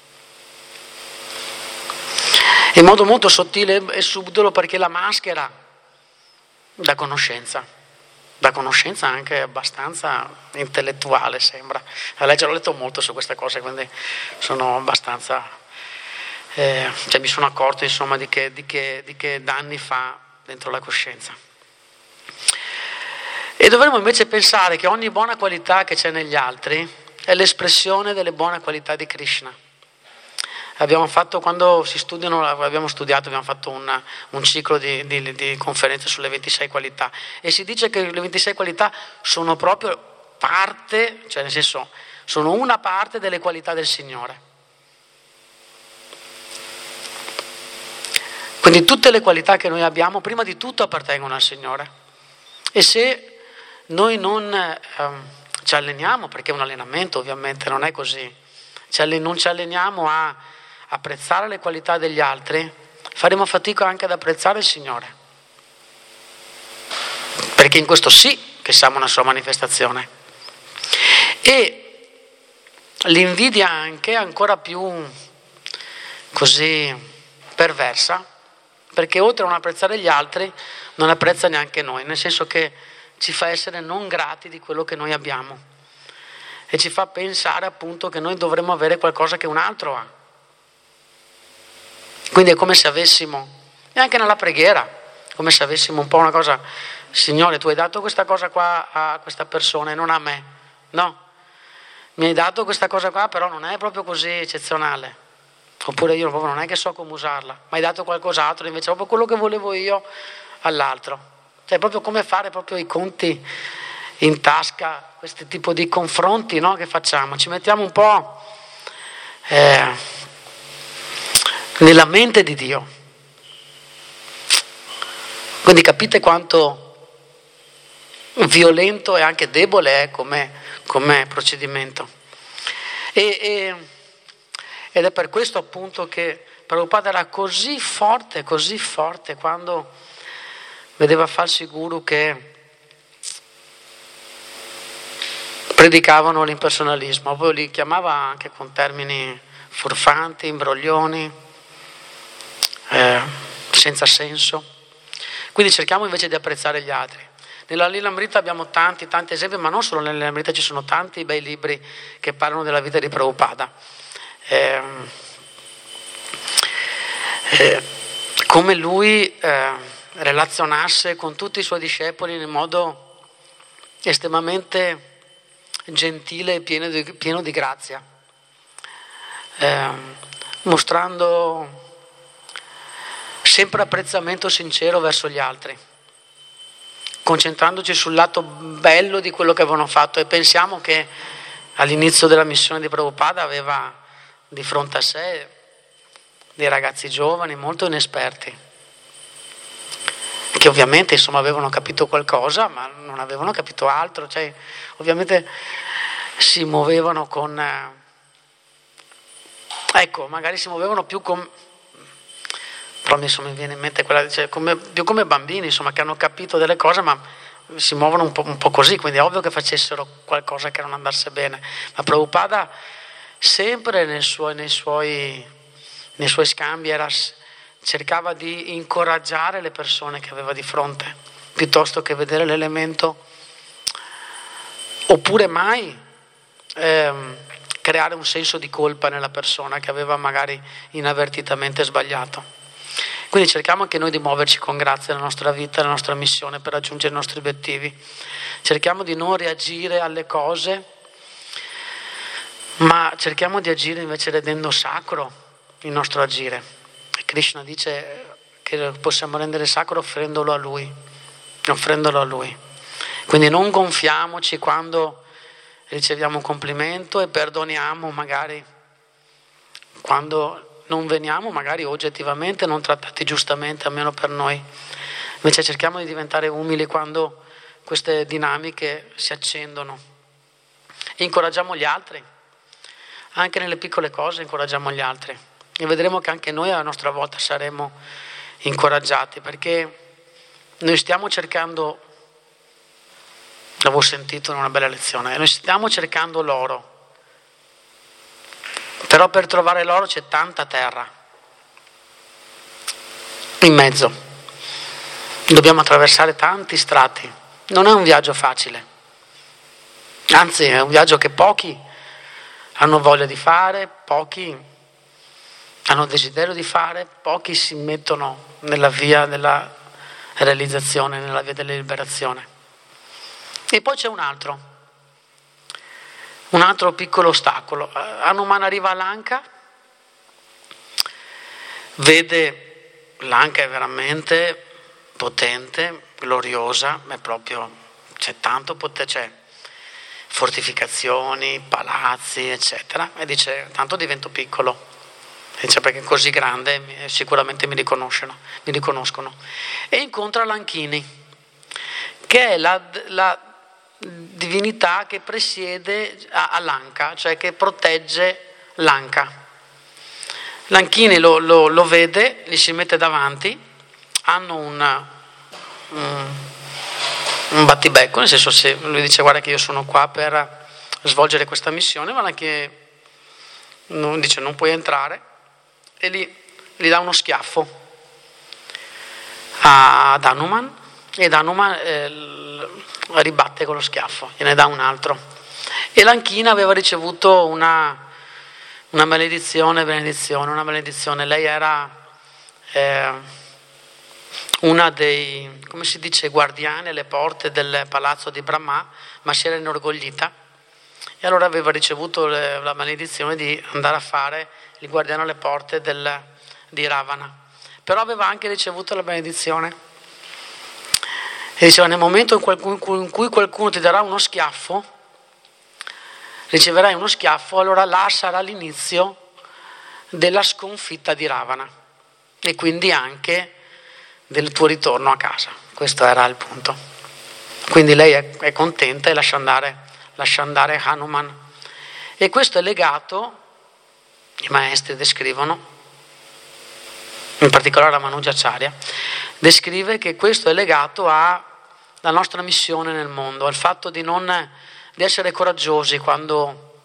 In modo molto sottile e subdolo, perché la maschera da conoscenza. da conoscenza anche abbastanza intellettuale, sembra. A leggere ho letto molto su queste cose, quindi sono abbastanza, eh, cioè mi sono accorto insomma di che, di, che, di che danni fa dentro la coscienza. E dovremmo invece pensare che ogni buona qualità che c'è negli altri è l'espressione delle buone qualità di Krishna. Abbiamo fatto, quando si studiano, abbiamo studiato, abbiamo fatto una, un ciclo di, di, di conferenze sulle ventisei qualità e si dice che le ventisei qualità sono proprio parte, cioè nel senso, sono una parte delle qualità del Signore. Quindi tutte le qualità che noi abbiamo, prima di tutto appartengono al Signore. E se noi non ehm, ci alleniamo, perché è un allenamento ovviamente, non è così, ci alle, non ci alleniamo a apprezzare le qualità degli altri, faremo fatica anche ad apprezzare il Signore, perché in questo sì che siamo una sua manifestazione. E l'invidia anche è ancora più così perversa, perché oltre a non apprezzare gli altri non apprezza neanche noi, nel senso che ci fa essere non grati di quello che noi abbiamo e ci fa pensare appunto che noi dovremmo avere qualcosa che un altro ha. Quindi è come se avessimo, e anche nella preghiera, come se avessimo un po' una cosa, Signore, tu hai dato questa cosa qua a questa persona e non a me, no, mi hai dato questa cosa qua però non è proprio così eccezionale, oppure io proprio non è che so come usarla, ma hai dato qualcos'altro, invece proprio quello che volevo io all'altro, cioè proprio come fare proprio i conti in tasca, questo tipo di confronti, no, che facciamo, ci mettiamo un po' eh, nella mente di Dio. Quindi capite quanto violento e anche debole è come, come procedimento. E, e, ed è per questo appunto che Prabhupada era così forte, così forte quando vedeva falsi guru che predicavano l'impersonalismo, poi li chiamava anche con termini furfanti, imbroglioni, Eh, senza senso. Quindi cerchiamo invece di apprezzare gli altri. Nella Lilamrita abbiamo tanti tanti esempi, ma non solo nella Lilamrita, ci sono tanti bei libri che parlano della vita di Prabhupada, eh, eh, come lui eh, relazionasse con tutti i suoi discepoli in modo estremamente gentile e pieno di, pieno di grazia, eh, mostrando sempre apprezzamento sincero verso gli altri, concentrandoci sul lato bello di quello che avevano fatto. E pensiamo che all'inizio della missione di Prabhupada aveva di fronte a sé dei ragazzi giovani molto inesperti, che ovviamente insomma avevano capito qualcosa ma non avevano capito altro, cioè ovviamente si muovevano con ecco magari si muovevano più con però mi viene in mente quella, cioè, come, più come bambini, insomma, che hanno capito delle cose, ma si muovono un po', un po' così, quindi è ovvio che facessero qualcosa che non andasse bene. Ma Prabhupada sempre nei suoi, nei suoi, nei suoi scambi era, cercava di incoraggiare le persone che aveva di fronte, piuttosto che vedere l'elemento, oppure mai ehm, creare un senso di colpa nella persona che aveva magari inavvertitamente sbagliato. Quindi cerchiamo anche noi di muoverci con grazia nella nostra vita, nella nostra missione per raggiungere i nostri obiettivi. Cerchiamo di non reagire alle cose, ma cerchiamo di agire invece rendendo sacro il nostro agire. Krishna dice che possiamo rendere sacro offrendolo a Lui, offrendolo a Lui. Quindi non gonfiamoci quando riceviamo un complimento e perdoniamo magari quando non veniamo magari oggettivamente non trattati giustamente, almeno per noi. Invece cerchiamo di diventare umili quando queste dinamiche si accendono. E incoraggiamo gli altri, anche nelle piccole cose incoraggiamo gli altri. E vedremo che anche noi a nostra volta saremo incoraggiati, perché noi stiamo cercando, l'avevo sentito in una bella lezione, noi stiamo cercando l'oro. Però per trovare l'oro c'è tanta terra in mezzo, dobbiamo attraversare tanti strati non è un viaggio facile, anzi è un viaggio che pochi hanno voglia di fare, pochi hanno desiderio di fare, pochi si mettono nella via della realizzazione, nella via della liberazione. E poi c'è un altro, un altro piccolo ostacolo. Hanuman arriva a Lanka, vede Lanka è veramente potente, gloriosa, è proprio, c'è tanto potere, c'è fortificazioni, palazzi, eccetera, e dice tanto divento piccolo, e dice perché così grande sicuramente mi riconoscono, mi riconoscono. E incontra Lankini, che è la, la divinità che presiede a, a Lanka, cioè che protegge Lanka. Lankini lo, lo, lo vede, gli si mette davanti, hanno un, un, un battibecco, nel senso, se lui dice guarda che io sono qua per svolgere questa missione, ma Lankini non, dice non puoi entrare, e gli, gli dà uno schiaffo ad Hanuman, ed Hanuman eh, ribatte con lo schiaffo, gliene dà un altro. E Lankini aveva ricevuto una, una maledizione, benedizione, una maledizione. Lei era eh, una dei, come si dice, guardiani alle porte del palazzo di Brahma, ma si era inorgoglita e allora aveva ricevuto le, la maledizione di andare a fare il guardiano alle porte del, di Ravana. Però aveva anche ricevuto la benedizione. E diceva nel momento in, qualcuno, in cui qualcuno ti darà uno schiaffo, riceverai uno schiaffo, allora là sarà l'inizio della sconfitta di Ravana e quindi anche del tuo ritorno a casa. Questo era il punto. Quindi lei è, è contenta e lascia andare, lascia andare Hanuman. E questo è legato, i maestri descrivono, in particolare la Manujacharya, descrive che questo è legato alla nostra missione nel mondo, al fatto di non di essere coraggiosi quando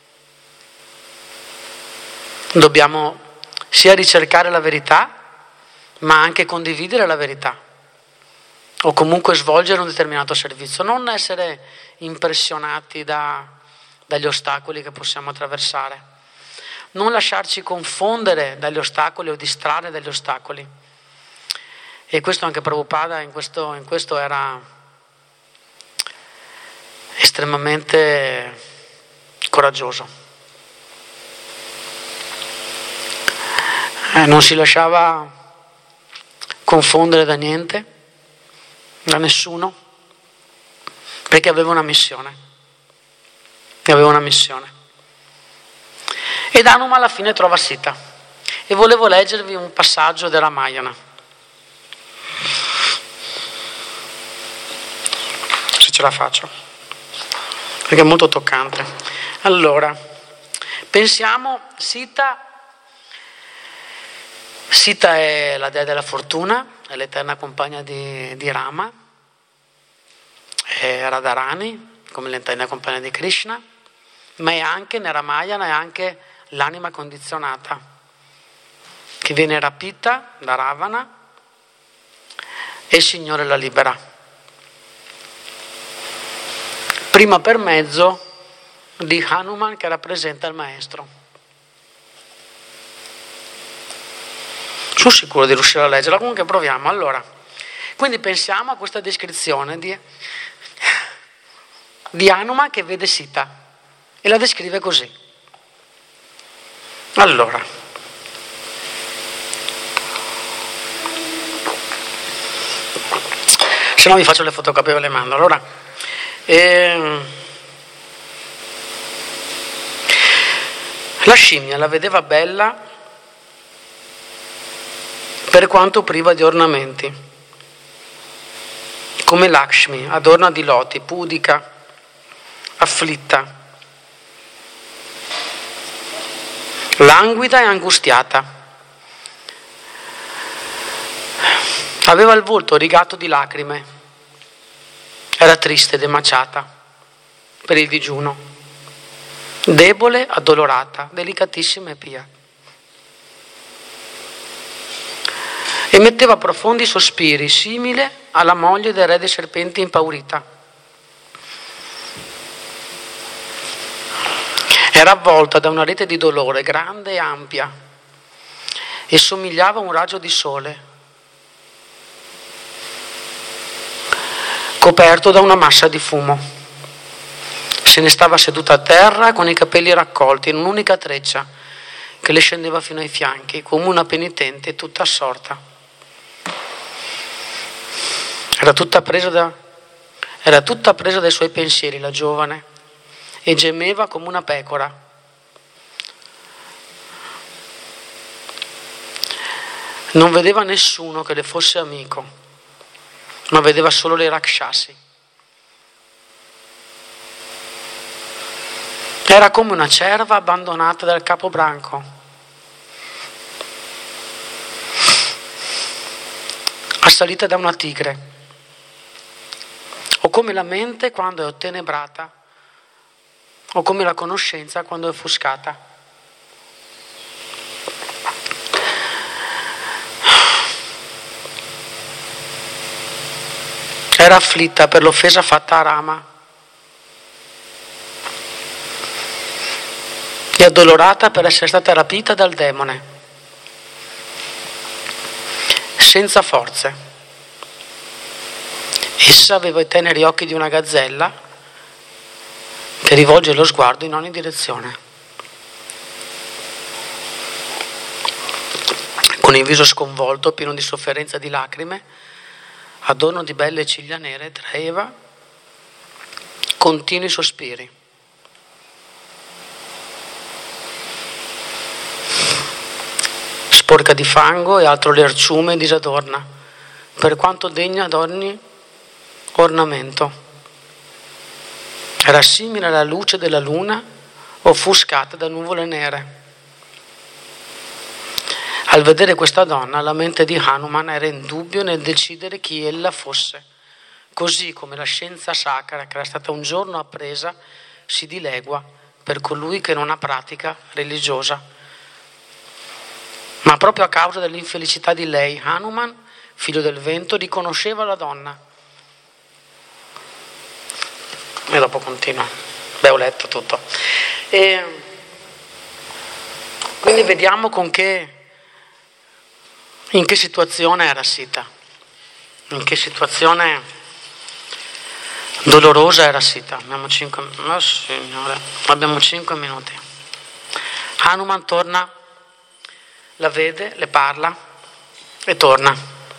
dobbiamo sia ricercare la verità, ma anche condividere la verità, o comunque svolgere un determinato servizio, non essere impressionati da, dagli ostacoli che possiamo attraversare, non lasciarci confondere dagli ostacoli o distrarre dagli ostacoli. E questo anche Prabhupada in questo, in questo era estremamente coraggioso. Eh, non si lasciava confondere da niente, da nessuno, perché aveva una missione. Aveva una missione. Ed Hanuman alla fine trova Sita. E volevo leggervi un passaggio della Ramayana. Se ce la faccio, perché è molto toccante. Allora, pensiamo, Sita, Sita è la dea della fortuna, è l'eterna compagna di, di Rama, è Radharani, come l'eterna compagna di Krishna, ma è anche, nella Ramayana, è anche l'anima condizionata, che viene rapita da Ravana e il Signore la libera. Prima per mezzo di Hanuman che rappresenta il maestro. Sono sicuro di riuscire a leggerla, comunque proviamo. Allora, quindi pensiamo a questa descrizione di, di Hanuman che vede Sita e la descrive così. Allora, se no vi faccio le fotocopie e ve le mando. Allora, E la scimmia la vedeva bella per quanto priva di ornamenti, come Lakshmi, adorna di loti, pudica, afflitta, languida e angustiata. Aveva il volto rigato di lacrime. Era triste ed emaciata per il digiuno, debole, addolorata, delicatissima e pia. Emetteva profondi sospiri, simile alla moglie del re dei serpenti impaurita. Era avvolta da una rete di dolore grande e ampia e somigliava a un raggio di sole, coperto da una massa di fumo. Se ne stava seduta a terra con i capelli raccolti in un'unica treccia che le scendeva fino ai fianchi, come una penitente tutta assorta. Era tutta presa da, era tutta presa dai suoi pensieri, la giovane, e gemeva come una pecora. Non vedeva nessuno che le fosse amico, ma vedeva solo le Rakshasi. Era come una cerva abbandonata dal capobranco. Assalita da una tigre, o come la mente quando è ottenebrata, o come la conoscenza quando è offuscata. Era afflitta per l'offesa fatta a Rama e addolorata per essere stata rapita dal demone, senza forze. Essa aveva i teneri occhi di una gazzella che rivolge lo sguardo in ogni direzione. Con il viso sconvolto, pieno di sofferenza e di lacrime, adorno di belle ciglia nere, traeva continui sospiri. Sporca di fango e altro lerciume disadorna, per quanto degna d'ogni ornamento. Era simile alla luce della luna offuscata da nuvole nere. Al vedere questa donna, la mente di Hanuman era in dubbio nel decidere chi ella fosse, così come la scienza sacra che era stata un giorno appresa si dilegua per colui che non ha pratica religiosa. Ma proprio a causa dell'infelicità di lei, Hanuman, figlio del vento, riconosceva la donna. E dopo continua. Beh, ho letto tutto. E quindi vediamo con che, in che situazione era Sita, in che situazione dolorosa era Sita. Abbiamo cinque, oh signore, abbiamo cinque minuti. Hanuman torna, la vede, le parla e torna.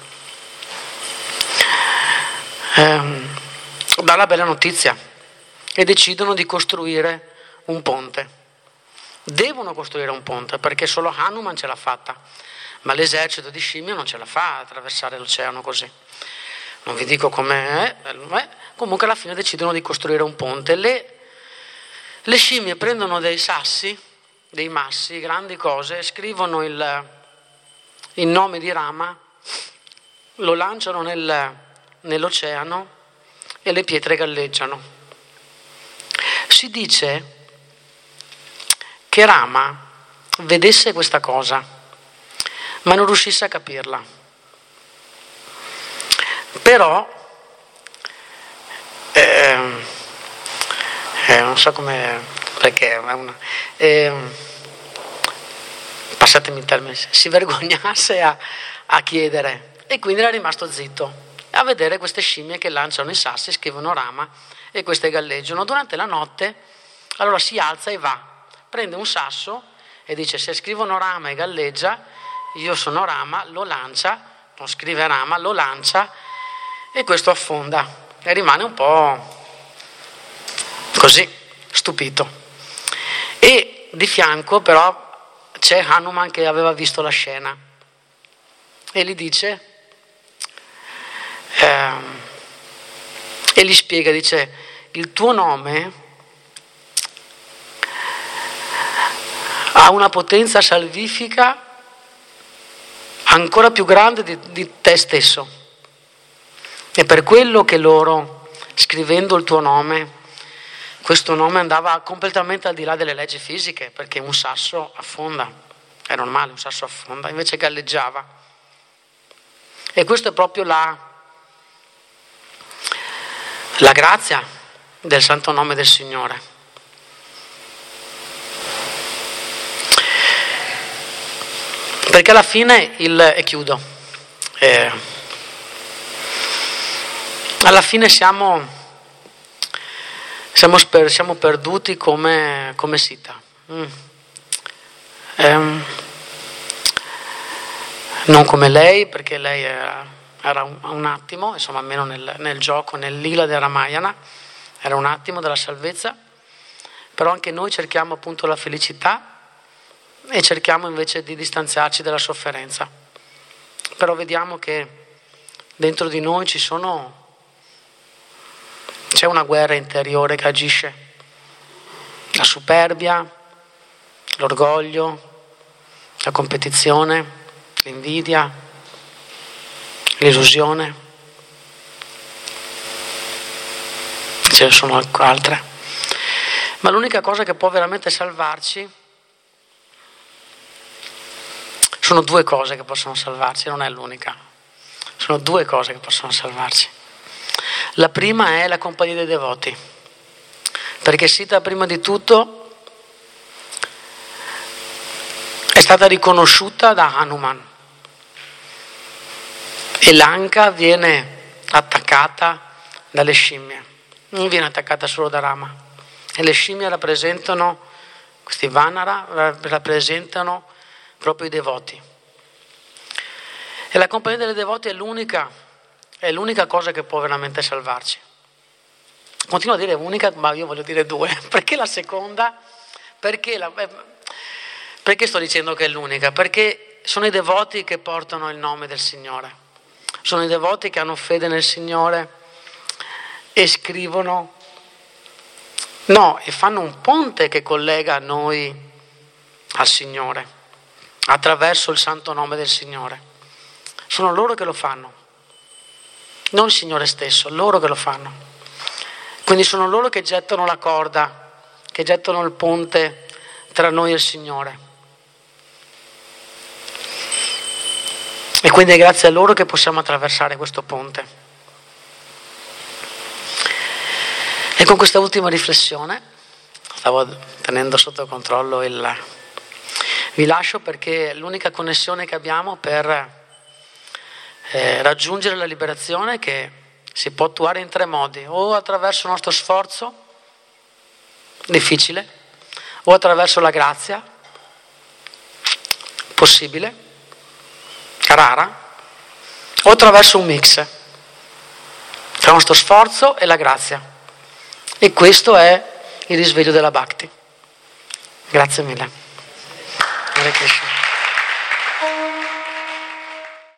Ehm, dà la bella notizia e decidono di costruire un ponte. Devono costruire un ponte perché solo Hanuman ce l'ha fatta, ma l'esercito di scimmie non ce la fa a attraversare l'oceano così. Non vi dico com'è, eh, comunque alla fine decidono di costruire un ponte. Le, le scimmie prendono dei sassi, dei massi, grandi cose, scrivono il, il nome di Rama, lo lanciano nel, nell'oceano e le pietre galleggiano. Si dice che Rama vedesse questa cosa, ma non riuscisse a capirla. Però, eh, eh, non so come, perché, è una, eh, passatemi il termine, si vergognasse a, a chiedere, e quindi era rimasto zitto, a vedere queste scimmie che lanciano i sassi, scrivono Rama, e queste galleggiano. Durante la notte, allora si alza e va, prende un sasso e dice: se scrivono Rama e galleggia, io sono Rama, lo lancia, non scrive Rama, lo lancia e questo affonda e rimane un po' così, stupito. E di fianco però c'è Hanuman che aveva visto la scena e gli dice ehm, e gli spiega, dice: il tuo nome ha una potenza salvifica ancora più grande di, di te stesso. È per quello che loro, scrivendo il tuo nome, questo nome andava completamente al di là delle leggi fisiche, perché un sasso affonda, è normale, un sasso affonda, invece galleggiava. E questa è proprio la, la grazia del santo nome del Signore. Perché alla fine, il, e chiudo, eh, alla fine siamo, siamo, sper, siamo perduti come, come Sita. Mm. Eh, non come lei, perché lei era, era un, un attimo, insomma almeno nel, nel gioco, nel lila della Ramayana, era un attimo della salvezza, però anche noi cerchiamo appunto la felicità e cerchiamo invece di distanziarci dalla sofferenza. Però vediamo che dentro di noi ci sono, c'è una guerra interiore che agisce, la superbia, l'orgoglio, la competizione, l'invidia, l'illusione, ce ne sono altre. Ma l'unica cosa che può veramente salvarci sono due cose che possono salvarci, non è l'unica. Sono due cose che possono salvarci. La prima è la compagnia dei devoti, perché Sita prima di tutto è stata riconosciuta da Hanuman e Lanka viene attaccata dalle scimmie, non viene attaccata solo da Rama. E le scimmie rappresentano, questi Vanara rappresentano proprio i devoti. E la compagnia dei devoti è l'unica, è l'unica cosa che può veramente salvarci. Continuo a dire unica, ma io voglio dire due. Perché la seconda? Perché, la, perché sto dicendo che è l'unica? Perché sono i devoti che portano il nome del Signore. Sono i devoti che hanno fede nel Signore e scrivono, no, e fanno un ponte che collega noi al Signore, attraverso il santo nome del Signore. Sono loro che lo fanno, non il Signore stesso, loro che lo fanno. Quindi sono loro che gettano la corda, che gettano il ponte tra noi e il Signore. E quindi è grazie a loro che possiamo attraversare questo ponte. E con questa ultima riflessione, stavo tenendo sotto controllo il... vi lascio perché è l'unica connessione che abbiamo per eh, raggiungere la liberazione, che si può attuare in tre modi: o attraverso il nostro sforzo difficile, o attraverso la grazia possibile, rara, o attraverso un mix tra il nostro sforzo e la grazia. E questo è il risveglio della Bhakti. Grazie mille. Hare Krishna.